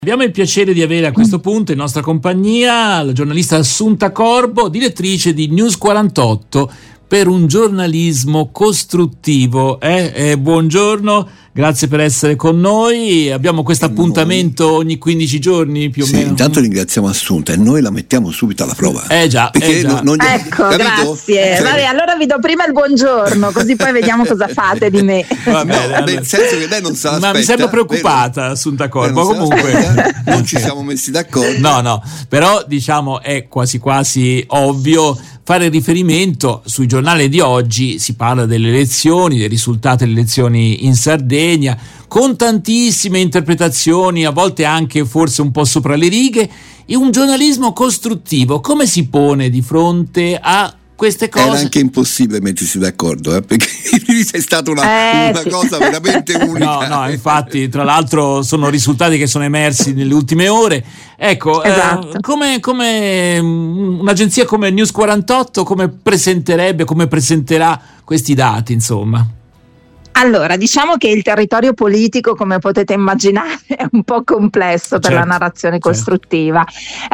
Abbiamo il piacere di avere a questo punto in nostra compagnia la giornalista Assunta Corbo, direttrice di News 48 per un giornalismo costruttivo. Buongiorno, grazie per essere con noi. Abbiamo questo appuntamento ogni 15 giorni più o meno. Intanto ringraziamo Assunta e noi la mettiamo subito alla prova. Già. Ecco, grazie. Vabbè, allora vi do prima il buongiorno, così poi vediamo cosa fate di me. Nel senso che lei non sa aspetta. Ma mi sembra preoccupata, Assunta Corbo. Comunque non ci siamo messi d'accordo. No, però diciamo è quasi ovvio fare riferimento. Sui giornali di oggi si parla delle elezioni, dei risultati delle elezioni in Sardegna, con tantissime interpretazioni, a volte anche forse un po' sopra le righe. E un giornalismo costruttivo come si pone di fronte a queste cose? Era anche impossibile mettersi d'accordo, perché è stata una cosa veramente unica. No, infatti, tra l'altro sono risultati che sono emersi nelle ultime ore. Ecco, esatto. Come un'agenzia come News 48 come presenterà questi dati, insomma? Allora, diciamo che il territorio politico, come potete immaginare, è un po' complesso per la narrazione costruttiva,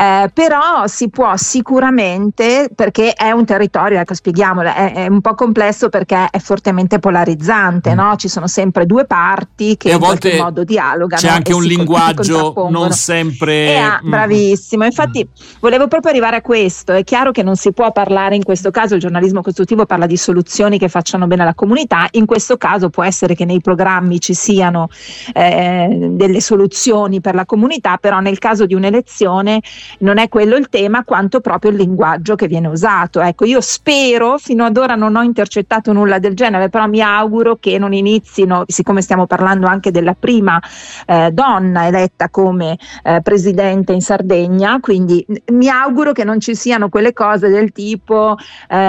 però si può sicuramente, perché è un territorio, spieghiamolo, è un po' complesso perché è fortemente polarizzante, no? Ci sono sempre due parti che in qualche modo dialogano. C'è anche un linguaggio non sempre... Bravissimo, infatti volevo proprio arrivare a questo. È chiaro che non si può parlare in questo caso, il giornalismo costruttivo parla di soluzioni che facciano bene alla comunità, in questo caso può essere che nei programmi ci siano delle soluzioni per la comunità, però nel caso di un'elezione non è quello il tema quanto proprio il linguaggio che viene usato. Ecco, io spero, fino ad ora non ho intercettato nulla del genere, però mi auguro che non inizino, siccome stiamo parlando anche della prima donna eletta come presidente in Sardegna, quindi mi auguro che non ci siano quelle cose del tipo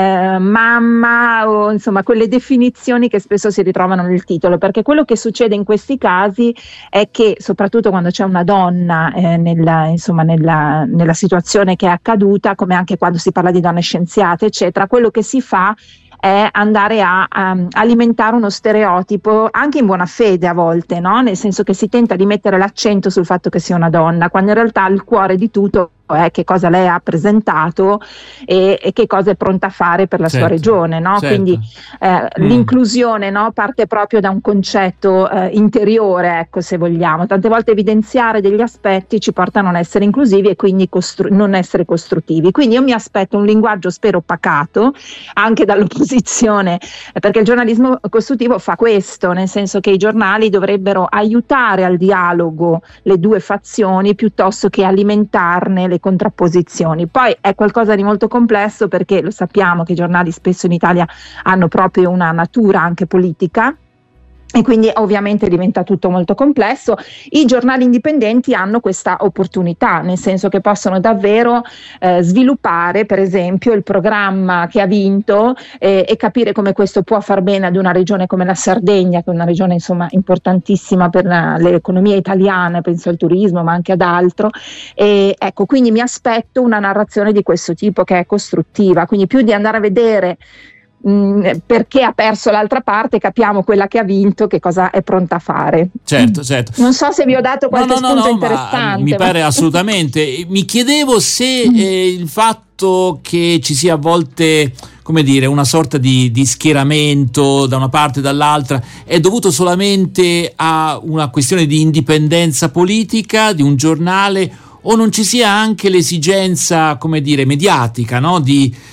mamma, o insomma quelle definizioni che spesso si ritrovano nel titolo, perché quello che succede in questi casi è che, soprattutto quando c'è una donna nella situazione che è accaduta, come anche quando si parla di donne scienziate eccetera, quello che si fa è andare a alimentare uno stereotipo anche in buona fede a volte, no? Nel senso che si tenta di mettere l'accento sul fatto che sia una donna, quando in realtà il cuore di tutto è che cosa lei ha presentato e che cosa è pronta a fare per la sua regione, no? Quindi l'inclusione, no, parte proprio da un concetto interiore, ecco, se vogliamo. Tante volte evidenziare degli aspetti ci porta a non essere inclusivi e quindi non essere costruttivi. Quindi io mi aspetto un linguaggio, spero, pacato anche dall'opposizione, perché il giornalismo costruttivo fa questo, nel senso che i giornali dovrebbero aiutare al dialogo le due fazioni piuttosto che alimentarne le contrapposizioni. Poi è qualcosa di molto complesso, perché lo sappiamo che i giornali spesso in Italia hanno proprio una natura anche politica e quindi ovviamente diventa tutto molto complesso. I giornali indipendenti hanno questa opportunità, nel senso che possono davvero sviluppare per esempio il programma che ha vinto e capire come questo può far bene ad una regione come la Sardegna, che è una regione insomma importantissima per l'economia italiana, penso al turismo ma anche ad altro, e ecco, quindi mi aspetto una narrazione di questo tipo che è costruttiva, quindi più di andare a vedere perché ha perso l'altra parte, capiamo quella che ha vinto che cosa è pronta a fare. Certo. Non so se vi ho dato qualche spunto interessante. Mi pare assolutamente. Mi chiedevo se il fatto che ci sia a volte, come dire, una sorta di schieramento da una parte e dall'altra è dovuto solamente a una questione di indipendenza politica di un giornale, o non ci sia anche l'esigenza, come dire, mediatica, no? Di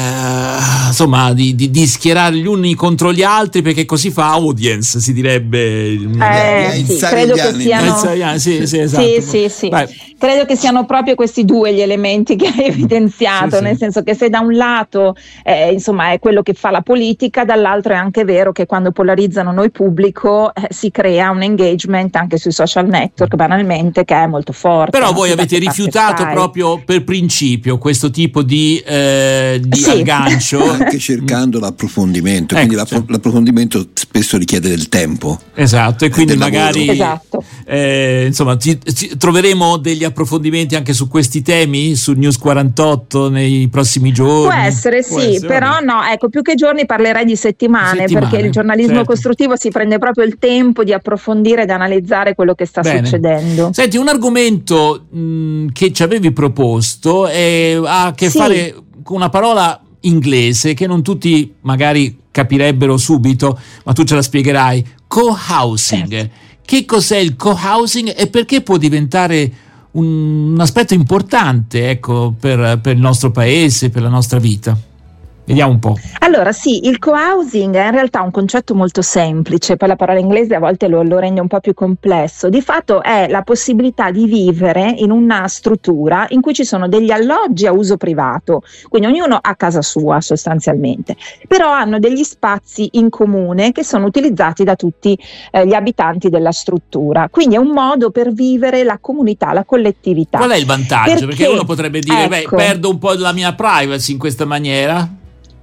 schierare gli uni contro gli altri, perché così fa audience, si direbbe. Credo che siano esatto. Credo che siano proprio questi due gli elementi che hai evidenziato, nel senso che se da un lato è quello che fa la politica, dall'altro è anche vero che quando polarizzano noi pubblico si crea un engagement anche sui social network, banalmente, che è molto forte. Però voi avete rifiutato proprio per principio questo tipo di al gancio, anche cercando l'approfondimento, quindi l'approfondimento spesso richiede del tempo. Esatto, e quindi magari esatto. Insomma troveremo degli approfondimenti anche su questi temi su News 48 nei prossimi giorni. Può essere, però no, ecco, più che giorni parlerei di settimane, perché il giornalismo costruttivo si prende proprio il tempo di approfondire ed analizzare quello che sta succedendo. Senti, un argomento che ci avevi proposto ha a che fare con una parola inglese che non tutti magari capirebbero subito, ma tu ce la spiegherai. Co-housing. Che cos'è il co-housing e perché può diventare un aspetto importante, ecco, per il nostro paese, per la nostra vita? Vediamo un po'. Allora sì, il co-housing è in realtà un concetto molto semplice, poi la parola inglese a volte lo rende un po' più complesso. Di fatto è la possibilità di vivere in una struttura in cui ci sono degli alloggi a uso privato, quindi ognuno a casa sua sostanzialmente, però hanno degli spazi in comune che sono utilizzati da tutti gli abitanti della struttura, quindi è un modo per vivere la comunità, la collettività. Qual è il vantaggio? Perché uno potrebbe dire, perdo un po' della mia privacy in questa maniera?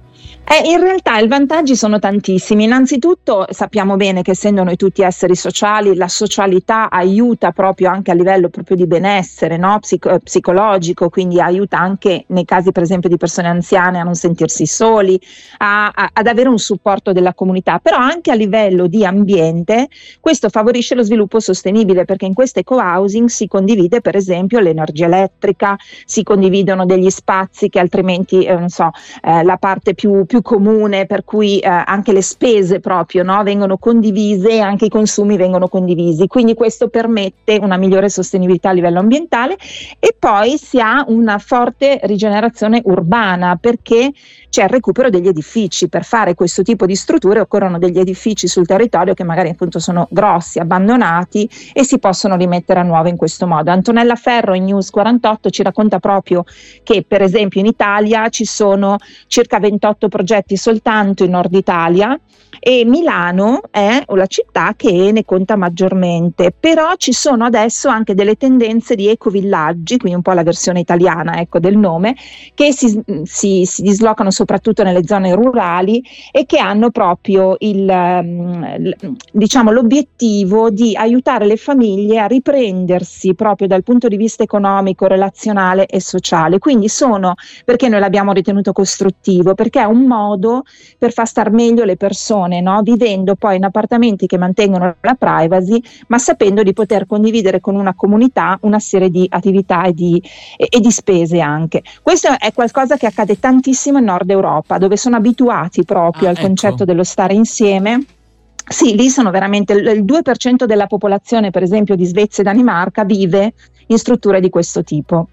In realtà i vantaggi sono tantissimi. Innanzitutto sappiamo bene che essendo noi tutti esseri sociali, la socialità aiuta proprio anche a livello proprio di benessere, no? Psicologico, quindi aiuta anche nei casi per esempio di persone anziane a non sentirsi soli, ad avere un supporto della comunità, però anche a livello di ambiente questo favorisce lo sviluppo sostenibile, perché in queste co-housing si condivide per esempio l'energia elettrica, si condividono degli spazi che altrimenti la parte più comune, per cui anche le spese proprio, no, vengono condivise e anche i consumi vengono condivisi, quindi questo permette una migliore sostenibilità a livello ambientale e poi si ha una forte rigenerazione urbana, perché c'è il recupero degli edifici. Per fare questo tipo di strutture occorrono degli edifici sul territorio che magari appunto sono grossi, abbandonati e si possono rimettere a nuovo in questo modo. Antonella Ferro in News 48 ci racconta proprio che per esempio in Italia ci sono circa 28 progetti soltanto in Nord Italia e Milano è la città che ne conta maggiormente, però ci sono adesso anche delle tendenze di ecovillaggi, quindi un po' la versione italiana, ecco, del nome, che si dislocano soprattutto nelle zone rurali e che hanno proprio l'obiettivo di aiutare le famiglie a riprendersi proprio dal punto di vista economico, relazionale e sociale. Quindi perché noi l'abbiamo ritenuto costruttivo? Perché è un modo per far star meglio le persone, no? Vivendo poi in appartamenti che mantengono la privacy, ma sapendo di poter condividere con una comunità una serie di attività e di spese anche. Questo è qualcosa che accade tantissimo in Nord Europa, dove sono abituati proprio al concetto dello stare insieme. Sì, lì sono veramente il 2% della popolazione, per esempio di Svezia e Danimarca, vive in strutture di questo tipo.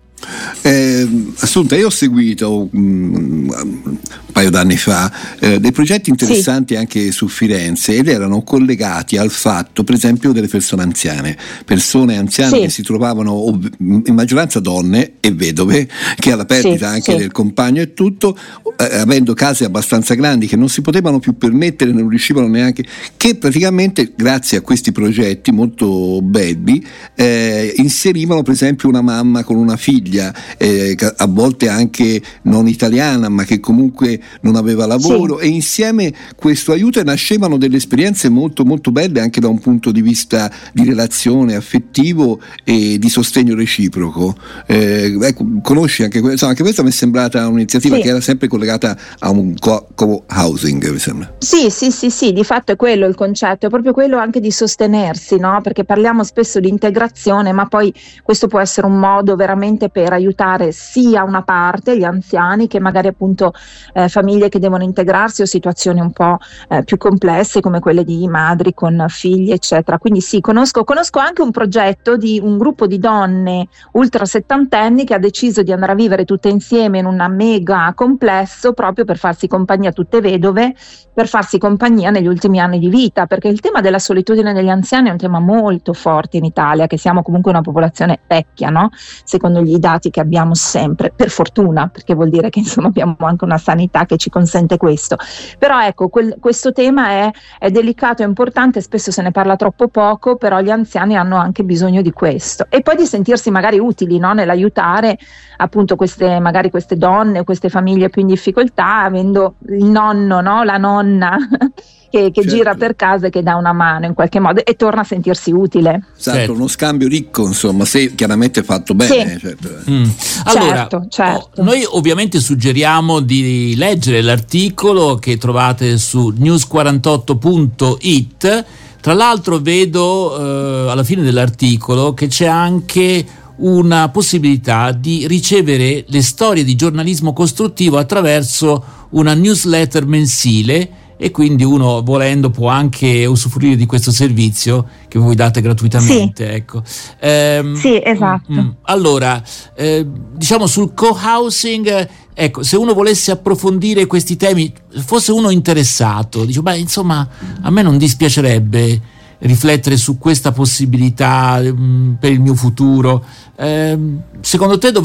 Assunta, io ho seguito un paio d'anni fa dei progetti interessanti anche su Firenze ed erano collegati al fatto per esempio delle persone anziane che si trovavano in maggioranza donne e vedove che alla perdita anche del compagno e tutto, avendo case abbastanza grandi che non si potevano più permettere, non riuscivano neanche, che praticamente grazie a questi progetti molto belli inserivano per esempio una mamma con una figlia a volte anche non italiana ma che comunque non aveva lavoro e insieme questo aiuto nascevano delle esperienze molto molto belle anche da un punto di vista di relazione affettivo e di sostegno reciproco. Conosci anche questo? Anche questa mi è sembrata un'iniziativa che era sempre collegata a un co-housing, mi sembra. Sì, di fatto è quello il concetto, è proprio quello anche di sostenersi, no? Perché parliamo spesso di integrazione, ma poi questo può essere un modo veramente per aiutare sia una parte, gli anziani, che magari appunto famiglie che devono integrarsi o situazioni un po' più complesse come quelle di madri con figli eccetera. Quindi sì, conosco anche un progetto di un gruppo di donne ultra settantenni che ha deciso di andare a vivere tutte insieme in un mega complesso proprio per farsi compagnia, tutte vedove, per farsi compagnia negli ultimi anni di vita, perché il tema della solitudine degli anziani è un tema molto forte in Italia, che siamo comunque una popolazione vecchia, no? Secondo gli dati che abbiamo sempre, per fortuna, perché vuol dire che insomma abbiamo anche una sanità che ci consente questo. Però ecco, questo tema è delicato e importante, spesso se ne parla troppo poco, però gli anziani hanno anche bisogno di questo, e poi di sentirsi magari utili, no? Nell'aiutare appunto queste donne, queste famiglie più in difficoltà, avendo il nonno, no? La nonna che certo, gira per casa e che dà una mano in qualche modo e torna a sentirsi utile. Esatto, certo. Uno scambio ricco, insomma, se chiaramente fatto bene. Sì. Certo. Allora, certo. Noi ovviamente suggeriamo di leggere l'articolo che trovate su news48.it. Tra l'altro vedo alla fine dell'articolo che c'è anche una possibilità di ricevere le storie di giornalismo costruttivo attraverso una newsletter mensile, e quindi uno, volendo, può anche usufruire di questo servizio che voi date gratuitamente. Sì, ecco. Sì, esatto. Allora, diciamo sul co-housing, ecco, se uno volesse approfondire questi temi, fosse uno interessato, dice, beh, insomma, a me non dispiacerebbe riflettere su questa possibilità per il mio futuro. Secondo te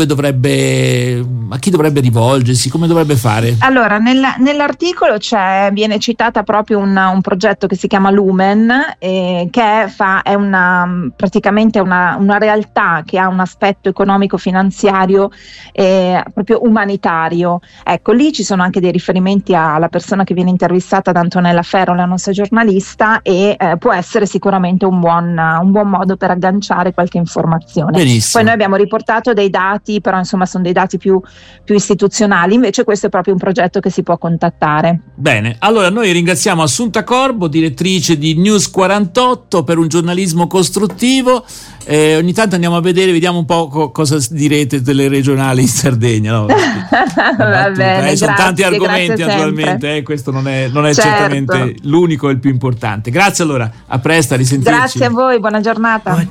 a chi dovrebbe rivolgersi? Come dovrebbe fare? Allora, nell'articolo viene citata proprio un progetto che si chiama Lumen, che è praticamente una realtà che ha un aspetto economico-finanziario proprio umanitario. Ecco, lì ci sono anche dei riferimenti alla persona che viene intervistata da Antonella Ferro, la nostra giornalista, e può essere sicuramente un buon modo per agganciare qualche informazione. Benissimo. Poi noi abbiamo riportato dei dati, però insomma sono dei dati più istituzionali, invece questo è proprio un progetto che si può contattare. Bene, allora noi ringraziamo Assunta Corbo, direttrice di News 48, per un giornalismo costruttivo. Ogni tanto andiamo a vedere, vediamo un po' cosa direte delle regionali in Sardegna. No? Va bene, sono tanti argomenti naturalmente, questo non è certo, certamente l'unico e il più importante. Grazie allora, a presto, a risentirci. Grazie a voi, buona giornata.